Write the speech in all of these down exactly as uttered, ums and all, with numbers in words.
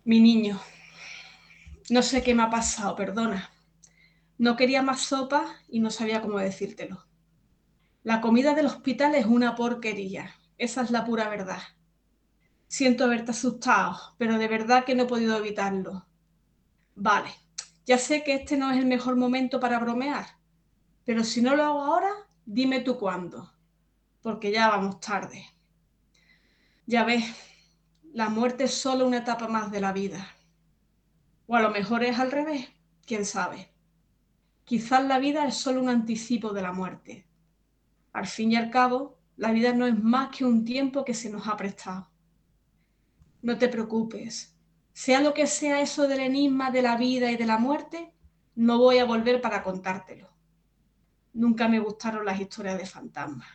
Mi niño, no sé qué me ha pasado, perdona. No quería más sopa y no sabía cómo decírtelo. La comida del hospital es una porquería. Esa es la pura verdad. Siento haberte asustado, pero de verdad que no he podido evitarlo. Vale, ya sé que este no es el mejor momento para bromear, pero si no lo hago ahora, dime tú cuándo, porque ya vamos tarde. Ya ves, la muerte es solo una etapa más de la vida. O a lo mejor es al revés, quién sabe. Quizás la vida es solo un anticipo de la muerte. Al fin y al cabo, la vida no es más que un tiempo que se nos ha prestado. No te preocupes. Sea lo que sea eso del enigma de la vida y de la muerte, no voy a volver para contártelo. Nunca me gustaron las historias de fantasmas.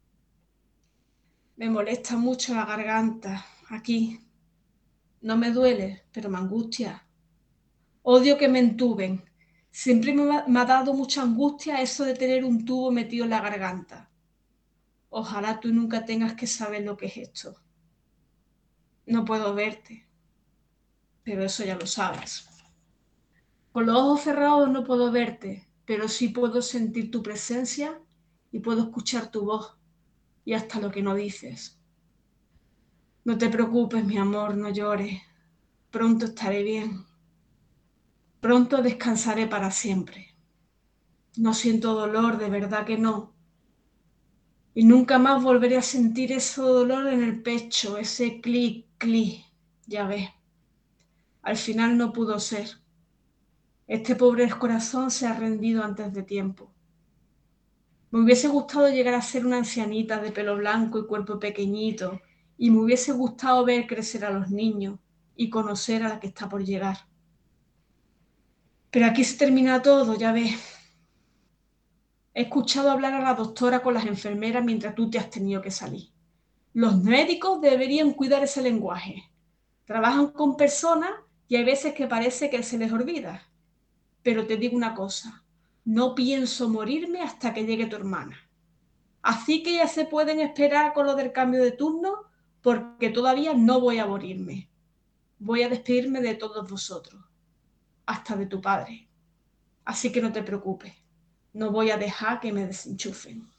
Me molesta mucho la garganta, aquí. No me duele, pero me angustia. Odio que me entuben. Siempre me ha, me ha dado mucha angustia eso de tener un tubo metido en la garganta. Ojalá tú nunca tengas que saber lo que es esto. No puedo verte, pero eso ya lo sabes. Con los ojos cerrados no puedo verte, pero sí puedo sentir tu presencia y puedo escuchar tu voz y hasta lo que no dices. No te preocupes, mi amor, no llores. Pronto estaré bien. Pronto descansaré para siempre. No siento dolor, de verdad que no. Y nunca más volveré a sentir ese dolor en el pecho, ese clic, clic. Ya ves, al final no pudo ser. Este pobre corazón se ha rendido antes de tiempo. Me hubiese gustado llegar a ser una ancianita de pelo blanco y cuerpo pequeñito, y me hubiese gustado ver crecer a los niños y conocer a la que está por llegar. Pero aquí se termina todo, ya ves. He escuchado hablar a la doctora con las enfermeras mientras tú te has tenido que salir. Los médicos deberían cuidar ese lenguaje. Trabajan con personas y hay veces que parece que se les olvida. Pero te digo una cosa, no pienso morirme hasta que llegue tu hermana. Así que ya se pueden esperar con lo del cambio de turno porque todavía no voy a morirme. Voy a despedirme de todos vosotros, hasta de tu padre. Así que no te preocupes, no voy a dejar que me desenchufen.